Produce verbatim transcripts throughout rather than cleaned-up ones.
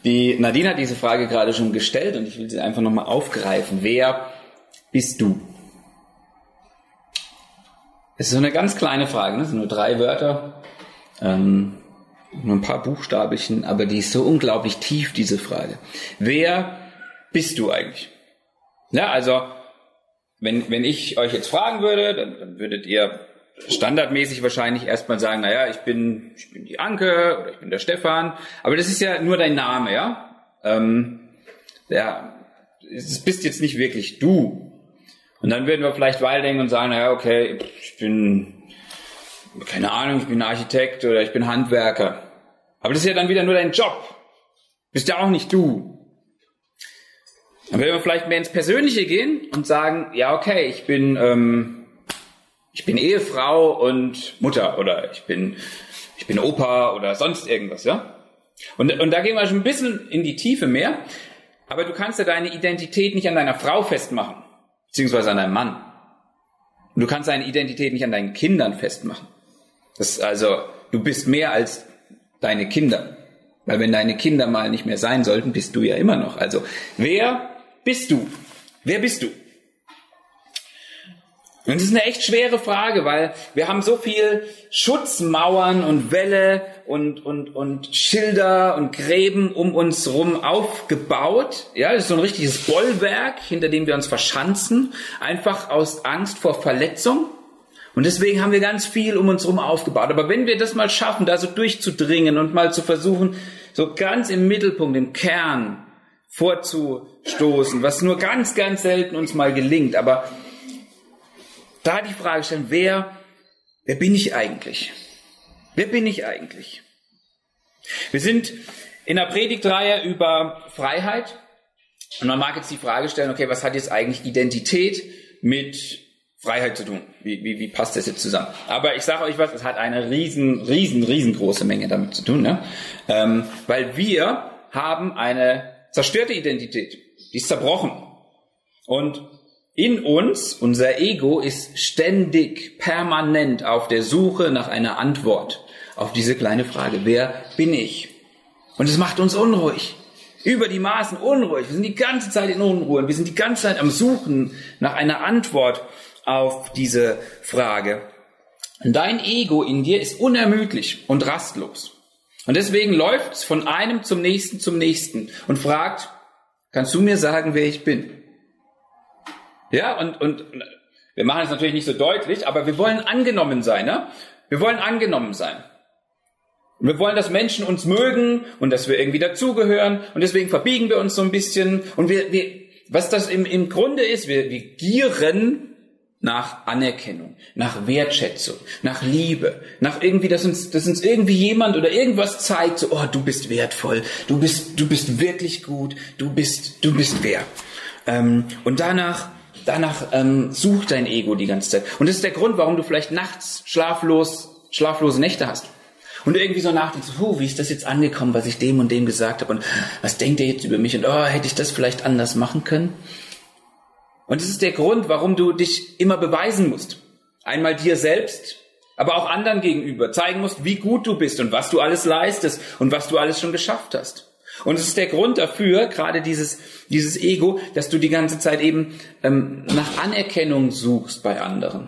Die Nadine hat diese Frage gerade schon gestellt und ich will sie einfach nochmal aufgreifen. Wer bist du? Es ist so eine ganz kleine Frage, ne? Es sind nur drei Wörter, ähm, nur ein paar Buchstabelchen, aber die ist so unglaublich tief, diese Frage. Wer bist du eigentlich? Ja, also, wenn, wenn ich euch jetzt fragen würde, dann, dann würdet ihr standardmäßig wahrscheinlich erstmal sagen, naja, ich bin, ich bin die Anke oder ich bin der Stefan, aber das ist ja nur dein Name, ja? Ähm, ja, es bist jetzt nicht wirklich du. Und dann würden wir vielleicht weiterdenken und sagen, naja, okay, ich bin, keine Ahnung, ich bin Architekt oder ich bin Handwerker. Aber das ist ja dann wieder nur dein Job. Bist ja auch nicht du. Dann würden wir vielleicht mehr ins Persönliche gehen und sagen, ja, okay, ich bin, ähm, ich bin Ehefrau und Mutter oder ich bin, ich bin Opa oder sonst irgendwas, ja? Und, und da gehen wir schon ein bisschen in die Tiefe mehr. Aber du kannst ja deine Identität nicht an deiner Frau festmachen. Beziehungsweise an deinem Mann. Und du kannst deine Identität nicht an deinen Kindern festmachen. Das ist also, du bist mehr als deine Kinder. Weil wenn deine Kinder mal nicht mehr sein sollten, bist du ja immer noch. Also, wer bist du? Wer bist du? Und das ist eine echt schwere Frage, weil wir haben so viel Schutzmauern und Wälle und, und, und Schilder und Gräben um uns rum aufgebaut. Ja, das ist so ein richtiges Bollwerk, hinter dem wir uns verschanzen, einfach aus Angst vor Verletzung. Und deswegen haben wir ganz viel um uns rum aufgebaut. Aber wenn wir das mal schaffen, da so durchzudringen und mal zu versuchen, so ganz im Mittelpunkt, im Kern vorzustoßen, was nur ganz, ganz selten uns mal gelingt, aber da die Frage stellen, wer, wer bin ich eigentlich? Wer bin ich eigentlich? Wir sind in einer Predigtreihe über Freiheit und man mag jetzt die Frage stellen, okay, was hat jetzt eigentlich Identität mit Freiheit zu tun? Wie, wie, wie passt das jetzt zusammen? Aber ich sage euch was, es hat eine riesen, riesen, riesengroße Menge damit zu tun, ne? Ähm, weil wir haben eine zerstörte Identität, die ist zerbrochen und in uns, unser Ego ist ständig, permanent auf der Suche nach einer Antwort auf diese kleine Frage, wer bin ich? Und es macht uns unruhig, über die Maßen unruhig. Wir sind die ganze Zeit in Unruhe und wir sind die ganze Zeit am Suchen nach einer Antwort auf diese Frage. Und dein Ego in dir ist unermüdlich und rastlos. Und deswegen läuft es von einem zum nächsten zum nächsten und fragt, kannst du mir sagen, wer ich bin? Ja, und, und wir machen es natürlich nicht so deutlich, aber wir wollen angenommen sein, ne? Wir wollen angenommen sein. Und wir wollen, dass Menschen uns mögen und dass wir irgendwie dazugehören und deswegen verbiegen wir uns so ein bisschen und wir, wir was das im, im Grunde ist, wir, wir gieren nach Anerkennung, nach Wertschätzung, nach Liebe, nach irgendwie, dass uns, dass uns irgendwie jemand oder irgendwas zeigt, so, oh, du bist wertvoll, du bist, du bist wirklich gut, du bist, du bist wer. Ähm, und danach Danach ähm, sucht dein Ego die ganze Zeit. Und das ist der Grund, warum du vielleicht nachts schlaflos, schlaflose Nächte hast. Und irgendwie so nachdenkst, oh, wie ist das jetzt angekommen, was ich dem und dem gesagt habe? Und was denkt der jetzt über mich? Und oh, hätte ich das vielleicht anders machen können? Und das ist der Grund, warum du dich immer beweisen musst. Einmal dir selbst, aber auch anderen gegenüber. Zeigen musst, wie gut du bist und was du alles leistest und was du alles schon geschafft hast. Und es ist der Grund dafür, gerade dieses, dieses Ego, dass du die ganze Zeit eben ähm, nach Anerkennung suchst bei anderen.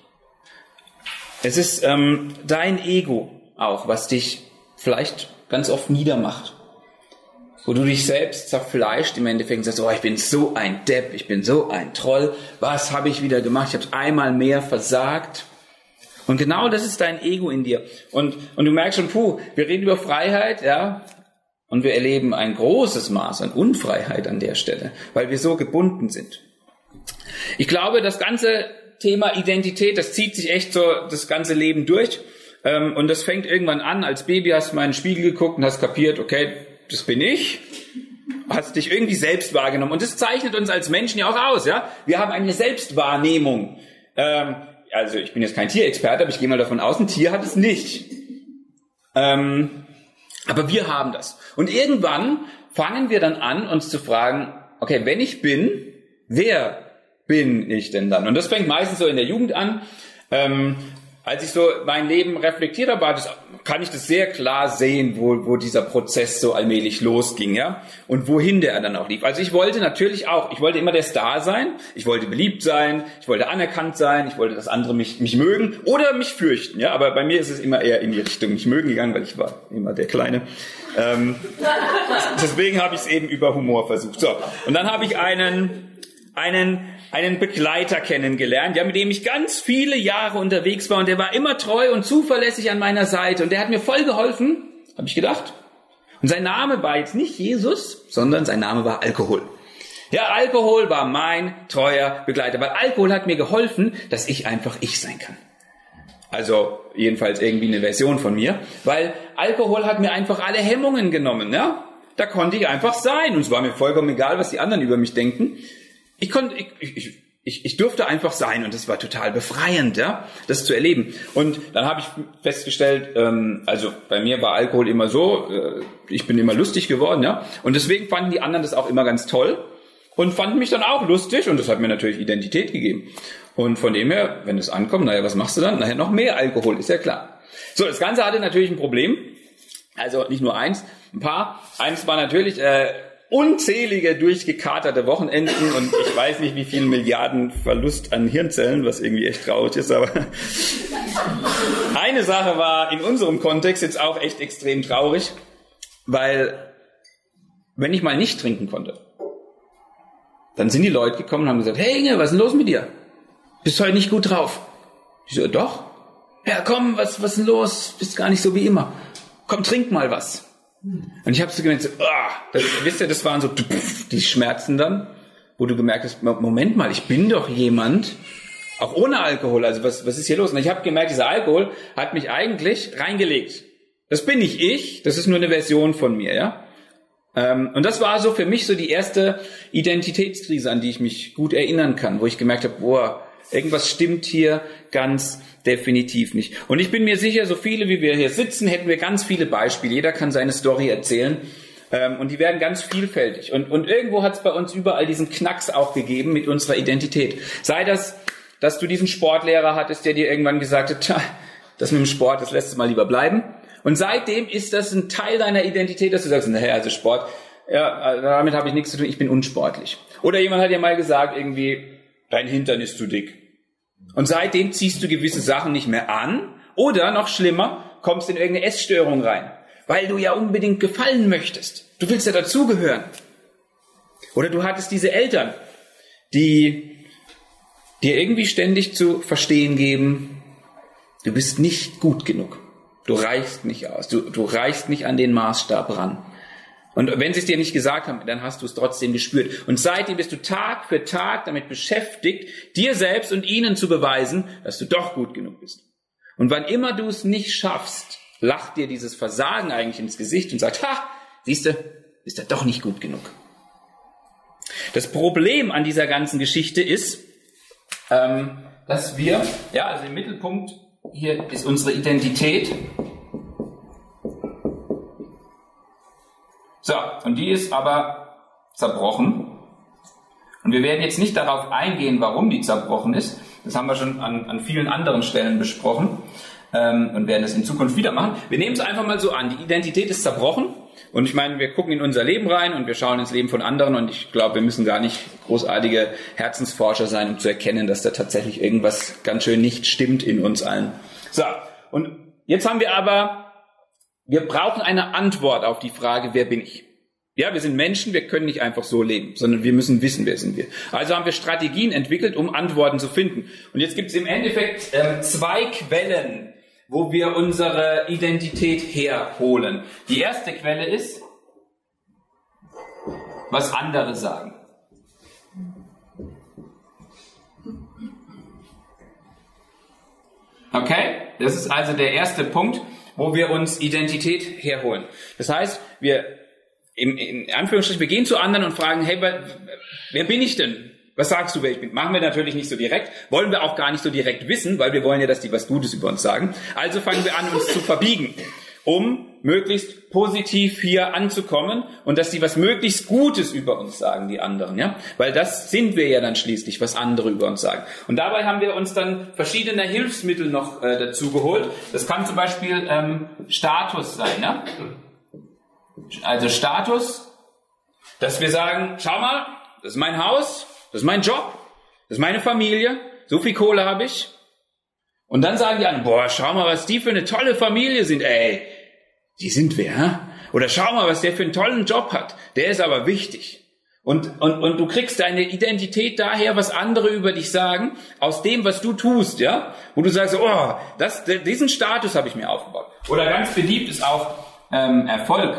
Es ist ähm, dein Ego auch, was dich vielleicht ganz oft niedermacht. Wo du dich selbst zerfleischt im Endeffekt und sagst, oh, ich bin so ein Depp, ich bin so ein Troll, was habe ich wieder gemacht? Ich habe einmal mehr versagt. Und genau das ist dein Ego in dir. Und, und du merkst schon, puh, wir reden über Freiheit, ja, und wir erleben ein großes Maß an Unfreiheit an der Stelle, weil wir so gebunden sind. Ich glaube, das ganze Thema Identität, das zieht sich echt so das ganze Leben durch. Und das fängt irgendwann an, als Baby hast du mal in den Spiegel geguckt und hast kapiert, okay, das bin ich. Hast dich irgendwie selbst wahrgenommen. Und das zeichnet uns als Menschen ja auch aus, ja. Wir haben eine Selbstwahrnehmung. Ähm, also ich bin jetzt kein Tierexperte, aber ich gehe mal davon aus, ein Tier hat es nicht. Ähm, aber wir haben das. Und irgendwann fangen wir dann an, uns zu fragen, okay, wenn ich bin, wer bin ich denn dann? Und das fängt meistens so in der Jugend an. Ähm, als ich so mein Leben reflektiert habe, war das, kann ich das sehr klar sehen, wo, wo dieser Prozess so allmählich losging, ja, und wohin der dann auch lief. Also ich wollte natürlich auch, ich wollte immer der Star sein, ich wollte beliebt sein, ich wollte anerkannt sein, ich wollte, dass andere mich, mich mögen oder mich fürchten, ja, aber bei mir ist es immer eher in die Richtung mich mögen gegangen, weil ich war immer der Kleine. Ähm, deswegen habe ich es eben über Humor versucht. So, und dann habe ich einen, einen, einen Begleiter kennengelernt, ja, mit dem ich ganz viele Jahre unterwegs war und der war immer treu und zuverlässig an meiner Seite und der hat mir voll geholfen, habe ich gedacht. Und sein Name war jetzt nicht Jesus, sondern sein Name war Alkohol. Ja, Alkohol war mein treuer Begleiter, weil Alkohol hat mir geholfen, dass ich einfach ich sein kann. Also jedenfalls irgendwie eine Version von mir, weil Alkohol hat mir einfach alle Hemmungen genommen, ja. Da konnte ich einfach sein und es war mir vollkommen egal, was die anderen über mich denken. Ich konnte, ich, ich, ich, ich durfte einfach sein und es war total befreiend, ja, das zu erleben. Und dann habe ich festgestellt, ähm, also bei mir war Alkohol immer so, äh, ich bin immer lustig geworden, ja, und deswegen fanden die anderen das auch immer ganz toll und fanden mich dann auch lustig und das hat mir natürlich Identität gegeben. Und von dem her, wenn es ankommt, naja, was machst du dann? Nachher noch mehr Alkohol, ist ja klar. So, das Ganze hatte natürlich ein Problem. Also nicht nur eins, ein paar. Eins war natürlich äh, unzählige durchgekaterte Wochenenden und ich weiß nicht, wie viel Milliarden Verlust an Hirnzellen, was irgendwie echt traurig ist, aber eine Sache war in unserem Kontext jetzt auch echt extrem traurig, weil wenn ich mal nicht trinken konnte, dann sind die Leute gekommen und haben gesagt, hey Inge, was ist denn los mit dir? Bist heute nicht gut drauf? Ich so, doch. Ja, komm, was, was ist denn los? Bist gar nicht so wie immer. Komm, trink mal was. Und ich habe so gemerkt, so, ah, das, wisst ihr, das waren so die Schmerzen dann, wo du gemerkt hast, Moment mal, ich bin doch jemand, auch ohne Alkohol, also was, was ist hier los? Und ich habe gemerkt, dieser Alkohol hat mich eigentlich reingelegt. Das bin nicht ich, das ist nur eine Version von mir, ja. Ähm, und das war so für mich so die erste Identitätskrise, an die ich mich gut erinnern kann, wo ich gemerkt habe, boah, irgendwas stimmt hier ganz definitiv nicht. Und ich bin mir sicher, so viele wie wir hier sitzen, hätten wir ganz viele Beispiele. Jeder kann seine Story erzählen. Ähm, und die werden ganz vielfältig. Und, und irgendwo hat es bei uns überall diesen Knacks auch gegeben mit unserer Identität. Sei das, dass du diesen Sportlehrer hattest, der dir irgendwann gesagt hat, tja, das mit dem Sport, das lässt es mal lieber bleiben. Und seitdem ist das ein Teil deiner Identität, dass du sagst, naja, also Sport, ja, damit habe ich nichts zu tun, ich bin unsportlich. Oder jemand hat dir mal gesagt, irgendwie, dein Hintern ist zu dick. Und seitdem ziehst du gewisse Sachen nicht mehr an oder noch schlimmer, kommst in irgendeine Essstörung rein, weil du ja unbedingt gefallen möchtest. Du willst ja dazugehören. Oder du hattest diese Eltern, die dir irgendwie ständig zu verstehen geben, du bist nicht gut genug. Du reichst nicht aus. Du, du reichst nicht an den Maßstab ran. Und wenn sie es dir nicht gesagt haben, dann hast du es trotzdem gespürt. Und seitdem bist du Tag für Tag damit beschäftigt, dir selbst und ihnen zu beweisen, dass du doch gut genug bist. Und wann immer du es nicht schaffst, lacht dir dieses Versagen eigentlich ins Gesicht und sagt, ha, siehst du, bist ja doch nicht gut genug. Das Problem an dieser ganzen Geschichte ist, ähm, dass wir, ja, also im Mittelpunkt hier ist unsere Identität. So, und die ist aber zerbrochen. Und wir werden jetzt nicht darauf eingehen, warum die zerbrochen ist. Das haben wir schon an, an vielen anderen Stellen besprochen ähm, und werden das in Zukunft wieder machen. Wir nehmen es einfach mal so an. Die Identität ist zerbrochen. Und ich meine, wir gucken in unser Leben rein und wir schauen ins Leben von anderen. Und ich glaube, wir müssen gar nicht großartige Herzensforscher sein, um zu erkennen, dass da tatsächlich irgendwas ganz schön nicht stimmt in uns allen. So, und jetzt haben wir aber... Wir brauchen eine Antwort auf die Frage, wer bin ich? Ja, wir sind Menschen, wir können nicht einfach so leben, sondern wir müssen wissen, wer sind wir. Also haben wir Strategien entwickelt, um Antworten zu finden. Und jetzt gibt es im Endeffekt ähm, zwei Quellen, wo wir unsere Identität herholen. Die erste Quelle ist, was andere sagen. Okay, das ist also der erste Punkt, wo wir uns Identität herholen. Das heißt, wir, in, in Anführungsstrichen, wir gehen zu anderen und fragen, hey, wer, wer bin ich denn? Was sagst du, wer ich bin? Machen wir natürlich nicht so direkt, wollen wir auch gar nicht so direkt wissen, weil wir wollen ja, dass die was Gutes über uns sagen. Also fangen wir an, uns zu verbiegen. um möglichst positiv hier anzukommen und dass sie was möglichst Gutes über uns sagen, die anderen, ja, weil das sind wir ja dann schließlich, was andere über uns sagen. Und dabei haben wir uns dann verschiedene Hilfsmittel noch äh, dazu geholt. Das kann zum Beispiel ähm, Status sein, ja. Also Status, dass wir sagen, schau mal, das ist mein Haus, das ist mein Job, das ist meine Familie, so viel Kohle habe ich. Und dann sagen die anderen, boah, schau mal, was die für eine tolle Familie sind, ey. Die sind wer, hä? Oder schau mal, was der für einen tollen Job hat. Der ist aber wichtig. Und, und, und du kriegst deine Identität daher, was andere über dich sagen, aus dem, was du tust, ja? Wo du sagst, oh, das, diesen Status habe ich mir aufgebaut. Oder ganz beliebt ist auch ähm, Erfolg.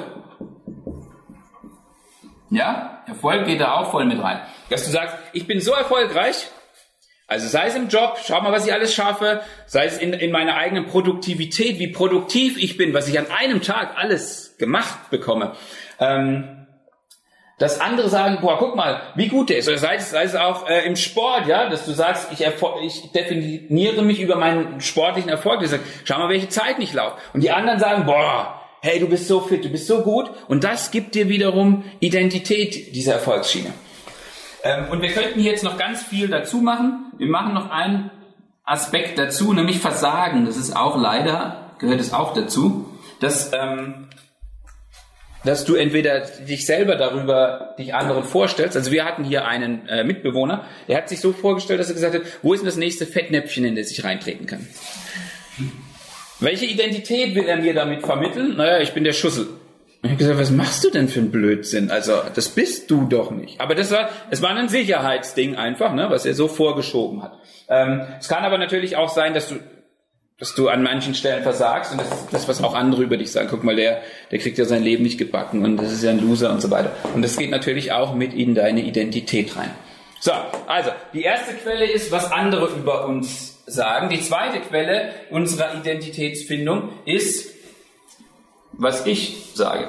Ja? Erfolg geht da auch voll mit rein. Dass du sagst, ich bin so erfolgreich, also sei es im Job, schau mal, was ich alles schaffe, sei es in, in meiner eigenen Produktivität, wie produktiv ich bin, was ich an einem Tag alles gemacht bekomme. Ähm, dass andere sagen, boah, guck mal, wie gut der ist. Oder sei es, sei es auch äh, im Sport, ja, dass du sagst, ich, ich definiere mich über meinen sportlichen Erfolg. Ich sage, schau mal, welche Zeit ich laufe. Und die anderen sagen, boah, hey, du bist so fit, du bist so gut. Und das gibt dir wiederum Identität, diese Erfolgsschiene. Ähm, und wir könnten hier jetzt noch ganz viel dazu machen. Wir machen noch einen Aspekt dazu, nämlich Versagen. Das ist auch leider, gehört es auch dazu, dass, ähm, dass du entweder dich selber darüber, dich anderen vorstellst. Also wir hatten hier einen äh, Mitbewohner, der hat sich so vorgestellt, dass er gesagt hat, wo ist denn das nächste Fettnäpfchen, in das ich reintreten kann? Welche Identität will er mir damit vermitteln? Naja, ich bin der Schussel. Und ich habe gesagt, was machst du denn für einen Blödsinn? Also, das bist du doch nicht. Aber das war, es war ein Sicherheitsding einfach, ne, was er so vorgeschoben hat. Ähm, es kann aber natürlich auch sein, dass du, dass du an manchen Stellen versagst und das ist das, was auch andere über dich sagen. Guck mal, der, der kriegt ja sein Leben nicht gebacken und das ist ja ein Loser und so weiter. Und das geht natürlich auch mit in deine Identität rein. So, also, die erste Quelle ist, was andere über uns sagen. Die zweite Quelle unserer Identitätsfindung ist, was ich sage.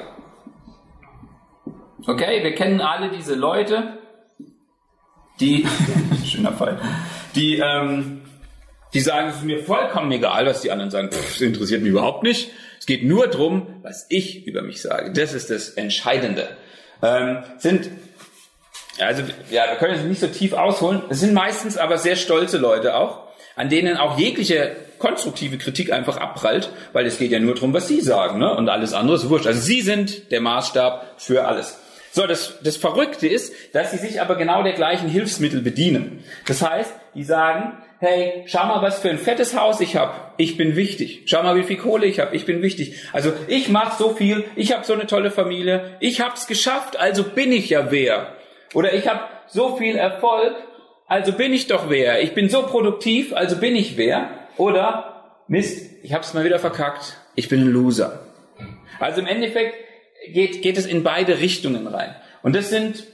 Okay, wir kennen alle diese Leute, die, schöner Fall, die, ähm, die sagen, es ist mir vollkommen egal, was die anderen sagen. Pff, das interessiert mich überhaupt nicht. Es geht nur darum, was ich über mich sage. Das ist das Entscheidende. Ähm, sind, also, ja, wir können jetzt nicht so tief ausholen. Es sind meistens aber sehr stolze Leute auch, an denen auch jegliche konstruktive Kritik einfach abprallt, weil es geht ja nur darum, was sie sagen, ne? Und alles andere ist wurscht. Also sie sind der Maßstab für alles. So, das, das Verrückte ist, dass sie sich aber genau der gleichen Hilfsmittel bedienen. Das heißt, die sagen, hey, schau mal, was für ein fettes Haus ich habe. Ich bin wichtig. Schau mal, wie viel Kohle ich habe. Ich bin wichtig. Also ich mache so viel. Ich habe so eine tolle Familie. Ich habe es geschafft. Also bin ich ja wer. Oder ich habe so viel Erfolg. Also bin ich doch wer. Ich bin so produktiv. Also bin ich wer. Oder Mist, ich habe es mal wieder verkackt. Ich bin ein Loser. Also im Endeffekt geht, geht es in beide Richtungen rein. Und das sind,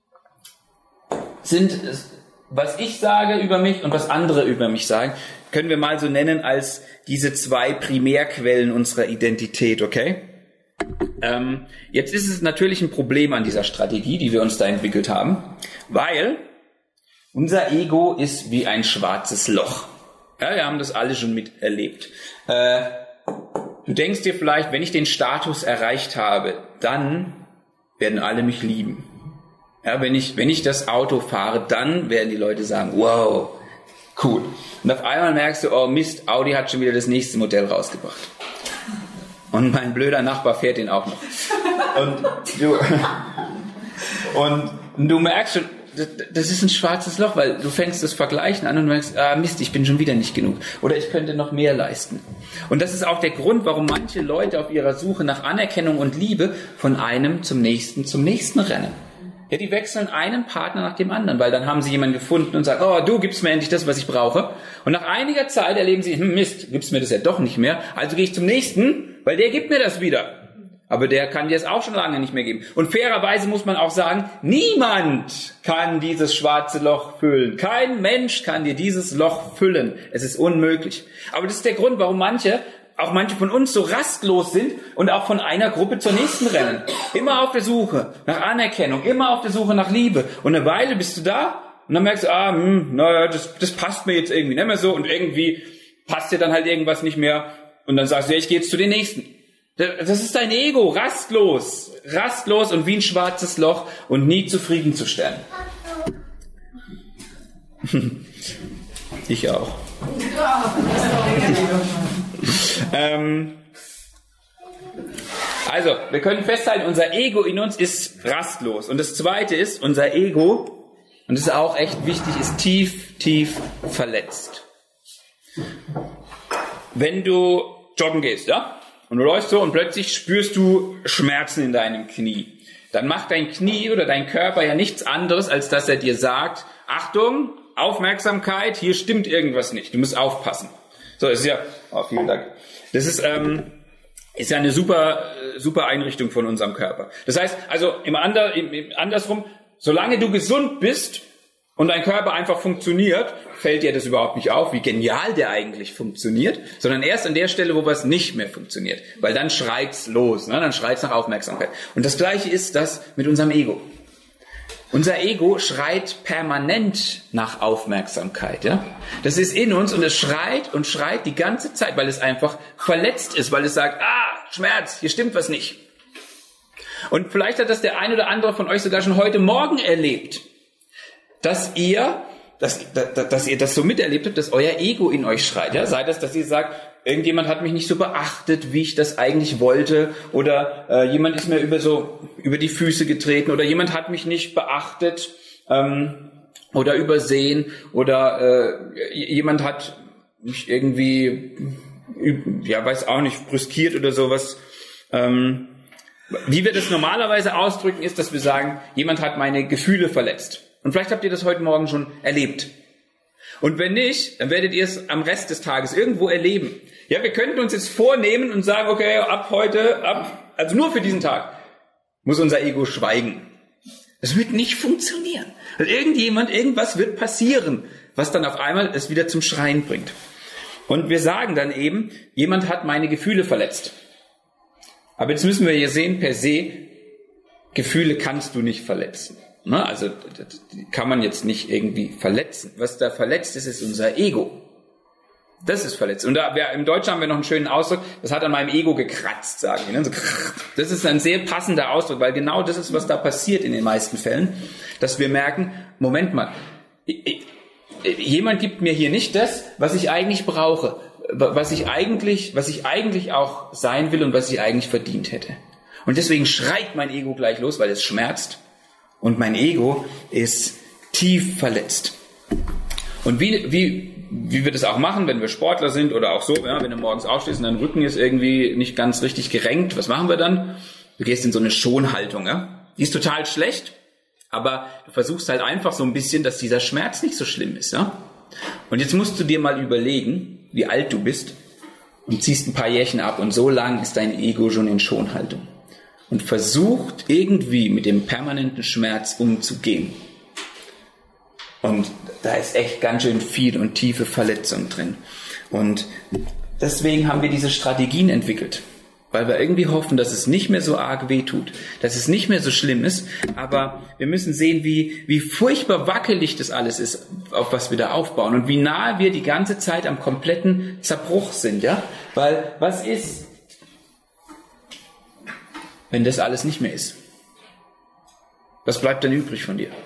sind, was ich sage über mich und was andere über mich sagen, können wir mal so nennen als diese zwei Primärquellen unserer Identität, okay? Ähm, jetzt ist es natürlich ein Problem an dieser Strategie, die wir uns da entwickelt haben, weil unser Ego ist wie ein schwarzes Loch. Ja, wir haben das alle schon miterlebt. Äh, du denkst dir vielleicht, wenn ich den Status erreicht habe, dann werden alle mich lieben. Ja, wenn ich, wenn ich das Auto fahre, dann werden die Leute sagen, wow, cool. Und auf einmal merkst du, oh Mist, Audi hat schon wieder das nächste Modell rausgebracht. Und mein blöder Nachbar fährt den auch noch. Und du, und du merkst schon, das ist ein schwarzes Loch, weil du fängst das Vergleichen an und merkst, ah Mist, ich bin schon wieder nicht genug. Oder ich könnte noch mehr leisten. Und das ist auch der Grund, warum manche Leute auf ihrer Suche nach Anerkennung und Liebe von einem zum nächsten zum nächsten rennen. Ja, die wechseln einen Partner nach dem anderen, weil dann haben sie jemanden gefunden und sagen, oh, du gibst mir endlich das, was ich brauche. Und nach einiger Zeit erleben sie, hm, Mist, gibst mir das ja doch nicht mehr. Also gehe ich zum nächsten, weil der gibt mir das wieder. Aber der kann dir es auch schon lange nicht mehr geben. Und fairerweise muss man auch sagen, niemand kann dieses schwarze Loch füllen. Kein Mensch kann dir dieses Loch füllen. Es ist unmöglich. Aber das ist der Grund, warum manche, auch manche von uns so rastlos sind und auch von einer Gruppe zur nächsten rennen. Immer auf der Suche nach Anerkennung, immer auf der Suche nach Liebe. Und eine Weile bist du da und dann merkst du, ah, hm, naja, das, das passt mir jetzt irgendwie nicht mehr so. Und irgendwie passt dir dann halt irgendwas nicht mehr. Und dann sagst du, ja, ich gehe jetzt zu den Nächsten. Das ist dein Ego, rastlos, rastlos und wie ein schwarzes Loch und nie zufriedenzustellen. Ich auch. ähm, also, wir können festhalten, unser Ego in uns ist rastlos. Und das Zweite ist, unser Ego, und das ist auch echt wichtig, ist tief, tief verletzt. Wenn du joggen gehst, ja, und du läufst so und plötzlich spürst du Schmerzen in deinem Knie, dann macht dein Knie oder dein Körper ja nichts anderes, als dass er dir sagt, Achtung, Aufmerksamkeit, hier stimmt irgendwas nicht, du musst aufpassen. So, das ist ja, oh, vielen Dank. Das ist, ähm, ist ja eine super, super Einrichtung von unserem Körper. Das heißt, also im, Ander, im, im andersrum, solange du gesund bist und dein Körper einfach funktioniert, fällt dir das überhaupt nicht auf, wie genial der eigentlich funktioniert, sondern erst an der Stelle, wo was nicht mehr funktioniert. Weil dann schreit's los, ne? Dann schreit's nach Aufmerksamkeit. Und das Gleiche ist das mit unserem Ego. Unser Ego schreit permanent nach Aufmerksamkeit. Ja? Das ist in uns und es schreit und schreit die ganze Zeit, weil es einfach verletzt ist, weil es sagt, ah, Schmerz, hier stimmt was nicht. Und vielleicht hat das der ein oder andere von euch sogar schon heute Morgen erlebt, dass ihr, dass, dass, dass ihr das so miterlebt habt, dass euer Ego in euch schreit. Ja? Sei das, dass ihr sagt, irgendjemand hat mich nicht so beachtet, wie ich das eigentlich wollte, oder äh, jemand ist mir über so über die Füße getreten, oder jemand hat mich nicht beachtet ähm, oder übersehen, oder äh, jemand hat mich irgendwie, ja, weiß auch nicht, brüskiert oder sowas. Ähm, wie wir das normalerweise ausdrücken, ist, dass wir sagen, jemand hat meine Gefühle verletzt. Und vielleicht habt ihr das heute Morgen schon erlebt. Und wenn nicht, dann werdet ihr es am Rest des Tages irgendwo erleben. Ja, wir könnten uns jetzt vornehmen und sagen, okay, ab heute, ab, also nur für diesen Tag, muss unser Ego schweigen. Es wird nicht funktionieren. Also irgendjemand, irgendwas wird passieren, was dann auf einmal es wieder zum Schreien bringt. Und wir sagen dann eben, jemand hat meine Gefühle verletzt. Aber jetzt müssen wir hier sehen, per se, Gefühle kannst du nicht verletzen. Also das kann man jetzt nicht irgendwie verletzen. Was da verletzt ist, ist unser Ego. Das ist verletzt. Und da, wir, im Deutschen haben wir noch einen schönen Ausdruck, das hat an meinem Ego gekratzt, sagen wir. Das ist ein sehr passender Ausdruck, weil genau das ist, was da passiert in den meisten Fällen, dass wir merken, Moment mal, jemand gibt mir hier nicht das, was ich eigentlich brauche, was ich eigentlich, was ich eigentlich auch sein will und was ich eigentlich verdient hätte. Und deswegen schreit mein Ego gleich los, weil es schmerzt. Und mein Ego ist tief verletzt. Und wie, wie, wie wir das auch machen, wenn wir Sportler sind oder auch so, ja, wenn du morgens aufstehst und dein Rücken ist irgendwie nicht ganz richtig gerenkt, was machen wir dann? Du gehst in so eine Schonhaltung. Ja? Die ist total schlecht, aber du versuchst halt einfach so ein bisschen, dass dieser Schmerz nicht so schlimm ist. Ja? Und jetzt musst du dir mal überlegen, wie alt du bist und ziehst ein paar Jährchen ab und so lang ist dein Ego schon in Schonhaltung. Und versucht irgendwie mit dem permanenten Schmerz umzugehen. Und da ist echt ganz schön viel und tiefe Verletzung drin. Und deswegen haben wir diese Strategien entwickelt. Weil wir irgendwie hoffen, dass es nicht mehr so arg wehtut, dass es nicht mehr so schlimm ist. Aber wir müssen sehen, wie, wie furchtbar wackelig das alles ist, auf was wir da aufbauen. Und wie nahe wir die ganze Zeit am kompletten Zerbruch sind. Ja? Weil was ist, wenn das alles nicht mehr ist? Was bleibt dann übrig von dir?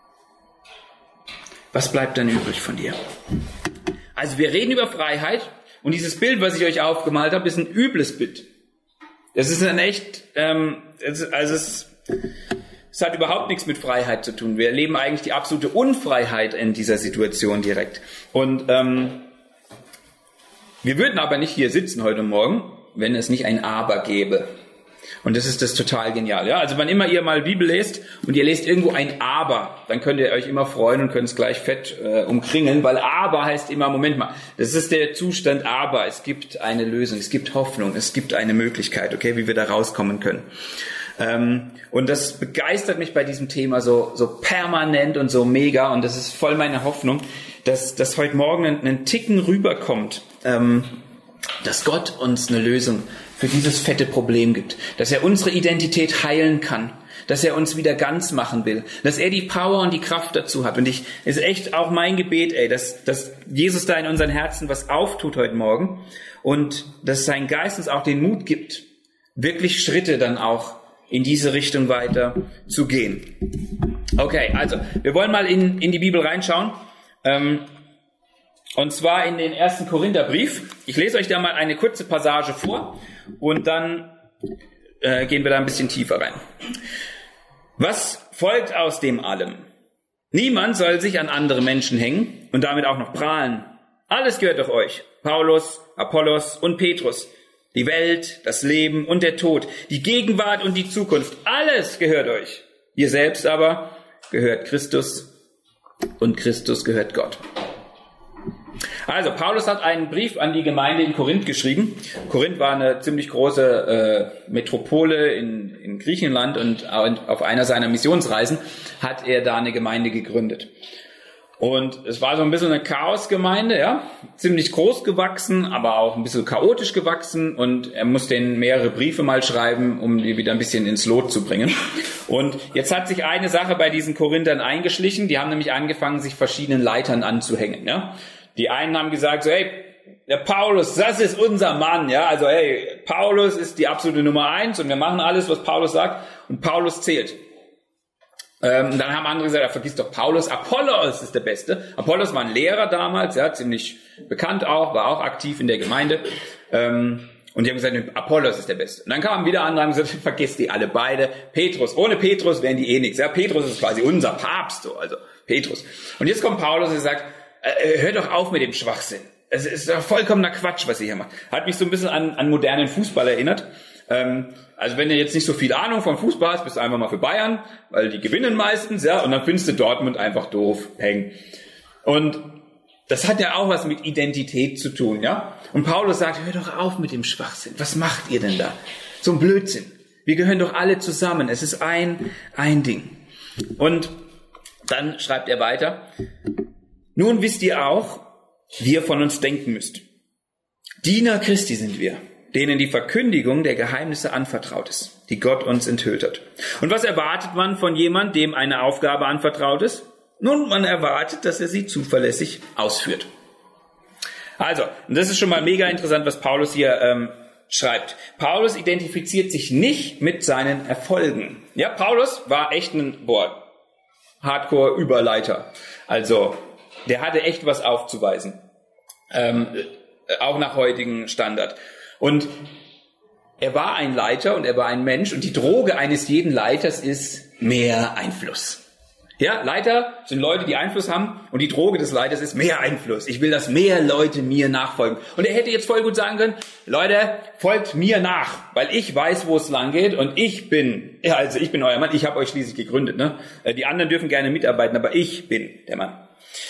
Was bleibt dann übrig von dir? Also wir reden über Freiheit und dieses Bild, was ich euch aufgemalt habe, ist ein übles Bild. Das ist ein echt, ähm, es, also es, es hat überhaupt nichts mit Freiheit zu tun. Wir erleben eigentlich die absolute Unfreiheit in dieser Situation direkt. Und ähm, wir würden aber nicht hier sitzen heute Morgen, wenn es nicht ein Aber gäbe. Und das ist das total genial. Ja? Also wann immer ihr mal Bibel lest und ihr lest irgendwo ein Aber, dann könnt ihr euch immer freuen und könnt es gleich fett äh, umkringeln, weil Aber heißt immer, Moment mal, das ist der Zustand Aber, es gibt eine Lösung, es gibt Hoffnung, es gibt eine Möglichkeit, okay, wie wir da rauskommen können. Ähm, und das begeistert mich bei diesem Thema so, so permanent und so mega, und das ist voll meine Hoffnung, dass, dass heute Morgen ein, ein Ticken rüberkommt, ähm, dass Gott uns eine Lösung für dieses fette Problem gibt, dass er unsere Identität heilen kann, dass er uns wieder ganz machen will, dass er die Power und die Kraft dazu hat. Und ich, ist echt auch mein Gebet, ey, dass, dass Jesus da in unseren Herzen was auftut heute Morgen und dass sein Geist uns auch den Mut gibt, wirklich Schritte dann auch in diese Richtung weiter zu gehen. Okay, also wir wollen mal in, in die Bibel reinschauen. Ähm, und zwar in den ersten Korintherbrief. Ich lese euch da mal eine kurze Passage vor und dann äh, gehen wir da ein bisschen tiefer rein. Was folgt aus dem allem? Niemand soll sich an andere Menschen hängen und damit auch noch prahlen. Alles gehört doch euch. Paulus, Apollos und Petrus. Die Welt, das Leben und der Tod, die Gegenwart und die Zukunft. Alles gehört euch. Ihr selbst aber gehört Christus und Christus gehört Gott. Also, Paulus hat einen Brief an die Gemeinde in Korinth geschrieben. Korinth war eine ziemlich große äh, Metropole in, in Griechenland und auf einer seiner Missionsreisen hat er da eine Gemeinde gegründet. Und es war so ein bisschen eine Chaosgemeinde, ja, ziemlich groß gewachsen, aber auch ein bisschen chaotisch gewachsen und er musste ihnen mehrere Briefe mal schreiben, um die wieder ein bisschen ins Lot zu bringen. Und jetzt hat sich eine Sache bei diesen Korinthern eingeschlichen, die haben nämlich angefangen, sich verschiedenen Leitern anzuhängen, ja. Die einen haben gesagt so, hey, der Paulus, das ist unser Mann, ja, also hey, Paulus ist die absolute Nummer eins und wir machen alles, was Paulus sagt und Paulus zählt. Ähm, dann haben andere gesagt, ja, vergiss doch Paulus, Apollos ist der Beste. Apollos war ein Lehrer damals, ja, ziemlich bekannt auch, war auch aktiv in der Gemeinde. Ähm, und die haben gesagt, Apollos ist der Beste. Und dann kamen wieder andere und haben gesagt, vergiss die alle beide. Petrus, ohne Petrus wären die eh nichts. Ja, Petrus ist quasi unser Papst, so, also Petrus. Und jetzt kommt Paulus und sagt, äh, hör doch auf mit dem Schwachsinn. Es ist doch vollkommener Quatsch, was ihr hier macht. Hat mich so ein bisschen an, an modernen Fußball erinnert. Ähm, also wenn du jetzt nicht so viel Ahnung vom Fußball hast, bist du einfach mal für Bayern, weil die gewinnen meistens, ja, und dann findest du Dortmund einfach doof hängen. Und das hat ja auch was mit Identität zu tun, ja. Und Paulus sagt, hör doch auf mit dem Schwachsinn. Was macht ihr denn da? So ein Blödsinn. Wir gehören doch alle zusammen. Es ist ein, ein Ding. Und dann schreibt er weiter. Nun wisst ihr auch, wie ihr von uns denken müsst. Diener Christi sind wir, denen die Verkündigung der Geheimnisse anvertraut ist, die Gott uns enthüllt hat. Und was erwartet man von jemandem, dem eine Aufgabe anvertraut ist? Nun, man erwartet, dass er sie zuverlässig ausführt. Also, und das ist schon mal mega interessant, was Paulus hier ähm, schreibt. Paulus identifiziert sich nicht mit seinen Erfolgen. Ja, Paulus war echt ein, boah, Hardcore-Überleiter. Also, der hatte echt was aufzuweisen. Ähm, auch nach heutigem Standard. Und er war ein Leiter und er war ein Mensch und die Droge eines jeden Leiters ist mehr Einfluss. Ja, Leiter sind Leute, die Einfluss haben und die Droge des Leiters ist mehr Einfluss. Ich will, dass mehr Leute mir nachfolgen. Und er hätte jetzt voll gut sagen können, Leute, folgt mir nach, weil ich weiß, wo es lang geht und ich bin, ja, also ich bin euer Mann, ich habe euch schließlich gegründet. Ne? Die anderen dürfen gerne mitarbeiten, aber ich bin der Mann.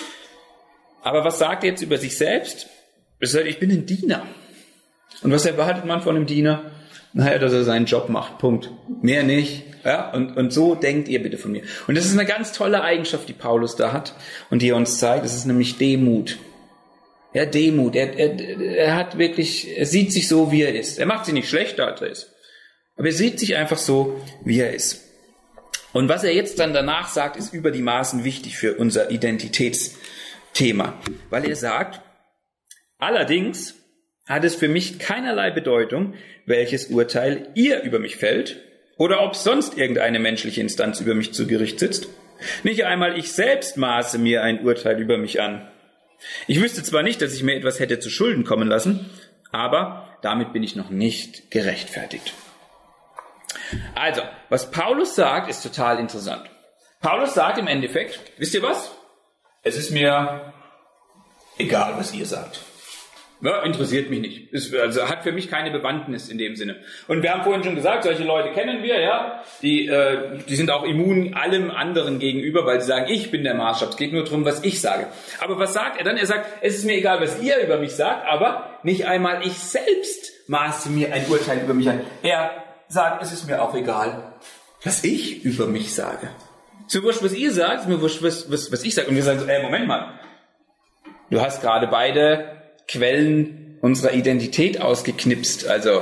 Aber was sagt er jetzt über sich selbst? Er sagt, ich bin ein Diener. Und was erwartet man von einem Diener? Naja, dass er seinen Job macht. Punkt. Mehr nicht. Ja, und, und so denkt ihr bitte von mir. Und das ist eine ganz tolle Eigenschaft, die Paulus da hat und die er uns zeigt. Das ist nämlich Demut. Ja, Demut. Er, er, er hat wirklich, er sieht sich so, wie er ist. Er macht sich nicht schlechter, als er ist. Aber er sieht sich einfach so, wie er ist. Und was er jetzt dann danach sagt, ist über die Maßen wichtig für unser Identitätsthema. Weil er sagt, allerdings hat es für mich keinerlei Bedeutung, welches Urteil ihr über mich fällt oder ob sonst irgendeine menschliche Instanz über mich zu Gericht sitzt. Nicht einmal ich selbst maße mir ein Urteil über mich an. Ich wüsste zwar nicht, dass ich mir etwas hätte zu Schulden kommen lassen, aber damit bin ich noch nicht gerechtfertigt. Also, was Paulus sagt, ist total interessant. Paulus sagt im Endeffekt, wisst ihr was? Es ist mir egal, was ihr sagt. Ja, interessiert mich nicht. Ist, also hat für mich keine Bewandtnis in dem Sinne. Und wir haben vorhin schon gesagt, solche Leute kennen wir, ja. Die, äh, die sind auch immun allem anderen gegenüber, weil sie sagen, ich bin der Maßstab. Es geht nur darum, was ich sage. Aber was sagt er dann? Er sagt, es ist mir egal, was ihr über mich sagt, aber nicht einmal ich selbst maße mir ein Urteil über mich an. Er sagt, es ist mir auch egal, was ich über mich sage. Es ist mir wurscht, was ihr sagt, es ist mir wurscht, was, was, was ich sage. Und wir sagen so, ey, Moment mal. Du hast gerade beide Quellen unserer Identität ausgeknipst, also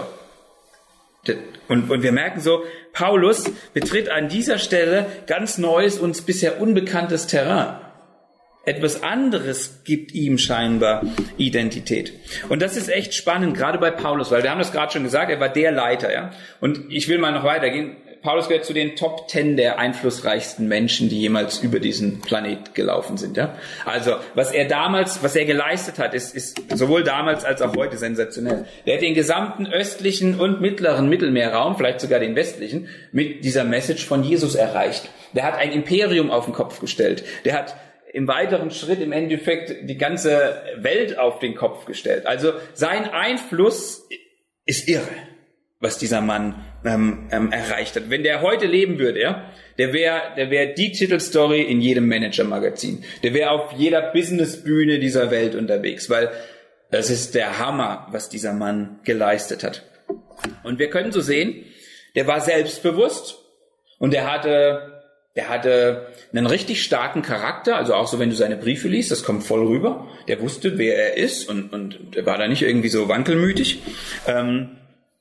und, und wir merken so, Paulus betritt an dieser Stelle ganz neues, uns bisher unbekanntes Terrain. etwas anderes gibt ihm scheinbar Identität. Und das ist echt spannend, gerade bei Paulus, weil wir haben das gerade schon gesagt, er war der Leiter, ja. Und ich will mal noch weitergehen. Paulus gehört zu den Top Ten der einflussreichsten Menschen, die jemals über diesen Planet gelaufen sind, ja. Also, was er damals, was er geleistet hat, ist, ist sowohl damals als auch heute sensationell. Der hat den gesamten östlichen und mittleren Mittelmeerraum, vielleicht sogar den westlichen, mit dieser Message von Jesus erreicht. Der hat ein Imperium auf den Kopf gestellt. Der hat im weiteren Schritt im Endeffekt die ganze Welt auf den Kopf gestellt. Also sein Einfluss ist irre, was dieser Mann ähm, ähm, erreicht hat. Wenn der heute leben würde, ja, der wäre der wäre die Titelstory in jedem Manager-Magazin. Der wäre auf jeder Businessbühne dieser Welt unterwegs, weil das ist der Hammer, was dieser Mann geleistet hat. Und wir können so sehen, der war selbstbewusst und der hatte Der hatte einen richtig starken Charakter, also auch so, wenn du seine Briefe liest, das kommt voll rüber. Der wusste, wer er ist und, und der war da nicht irgendwie so wankelmütig. Ähm,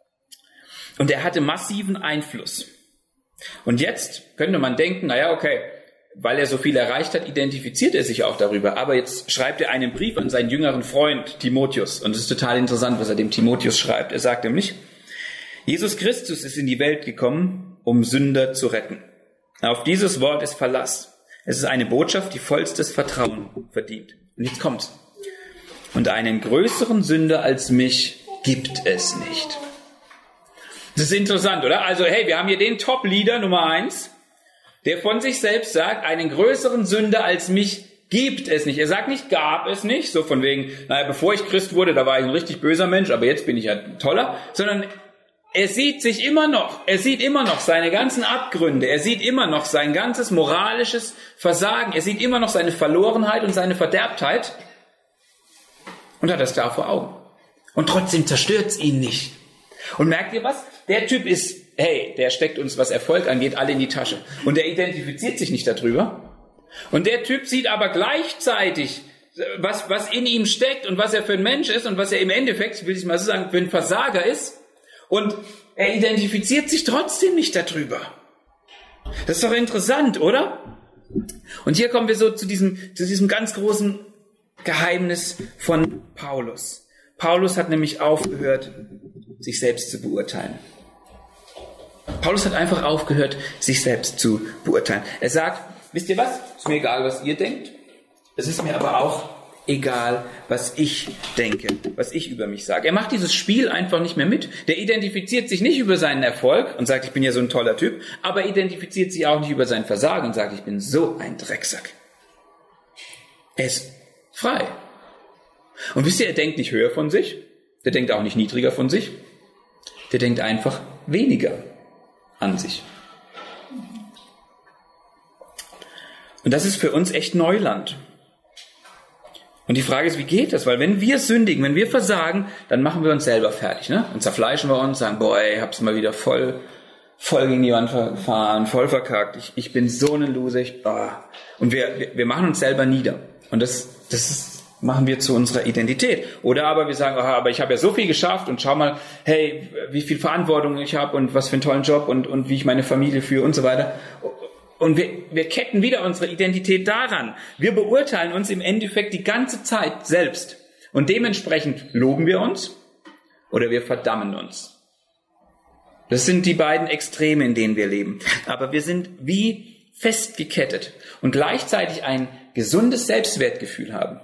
und er hatte massiven Einfluss. Und jetzt könnte man denken, naja, okay, weil er so viel erreicht hat, identifiziert er sich auch darüber. Aber jetzt schreibt er einen Brief an seinen jüngeren Freund Timotheus. Und es ist total interessant, was er dem Timotheus schreibt. Er sagt nämlich, Jesus Christus ist in die Welt gekommen, um Sünder zu retten. Auf dieses Wort ist Verlass. Es ist eine Botschaft, die vollstes Vertrauen verdient. Und jetzt kommt's. Und einen größeren Sünder als mich gibt es nicht. Das ist interessant, oder? Also, hey, wir haben hier den Top-Leader Nummer eins, der von sich selbst sagt, einen größeren Sünder als mich gibt es nicht. Er sagt nicht, gab es nicht, so von wegen, naja, bevor ich Christ wurde, da war ich ein richtig böser Mensch, aber jetzt bin ich ja toller, sondern er sieht sich immer noch, er sieht immer noch seine ganzen Abgründe, er sieht immer noch sein ganzes moralisches Versagen, er sieht immer noch seine Verlorenheit und seine Verderbtheit und hat das klar vor Augen. Und trotzdem zerstört es ihn nicht. Und merkt ihr was? Der Typ ist, hey, der steckt uns, was Erfolg angeht, alle in die Tasche. Und er identifiziert sich nicht darüber. Und der Typ sieht aber gleichzeitig, was, was in ihm steckt und was er für ein Mensch ist und was er im Endeffekt, will ich mal so sagen, für ein Versager ist. Und er identifiziert sich trotzdem nicht darüber. Das ist doch interessant, oder? Und hier kommen wir so zu diesem, zu diesem ganz großen Geheimnis von Paulus. Paulus hat nämlich aufgehört, sich selbst zu beurteilen. Paulus hat einfach aufgehört, sich selbst zu beurteilen. Er sagt, wisst ihr was? Ist mir egal, was ihr denkt. Es ist mir aber auch egal, was ich denke, was ich über mich sage. Er macht dieses Spiel einfach nicht mehr mit. Der identifiziert sich nicht über seinen Erfolg und sagt, ich bin ja so ein toller Typ, aber identifiziert sich auch nicht über sein Versagen und sagt, ich bin so ein Drecksack. Er ist frei. Und wisst ihr, er denkt nicht höher von sich, der denkt auch nicht niedriger von sich, der denkt einfach weniger an sich. Und das ist für uns echt Neuland. Und die Frage ist, wie geht das? Weil wenn wir sündigen, wenn wir versagen, dann machen wir uns selber fertig, ne? Dann zerfleischen wir uns, sagen, boah, ey, hab's mal wieder voll, voll gegen die Wand gefahren, voll verkackt. Ich, ich bin so eine Loser. Ich, boah. Und wir, wir, wir machen uns selber nieder. Und das, das ist, machen wir zu unserer Identität. Oder aber wir sagen, aha, aber ich habe ja so viel geschafft und schau mal, hey, wie viel Verantwortung ich habe und was für einen tollen Job und, und wie ich meine Familie führe und so weiter. Und wir, wir ketten wieder unsere Identität daran. Wir beurteilen uns im Endeffekt die ganze Zeit selbst. Und dementsprechend loben wir uns oder wir verdammen uns. Das sind die beiden Extreme, in denen wir leben. Aber wir sind wie festgekettet und gleichzeitig ein gesundes Selbstwertgefühl haben.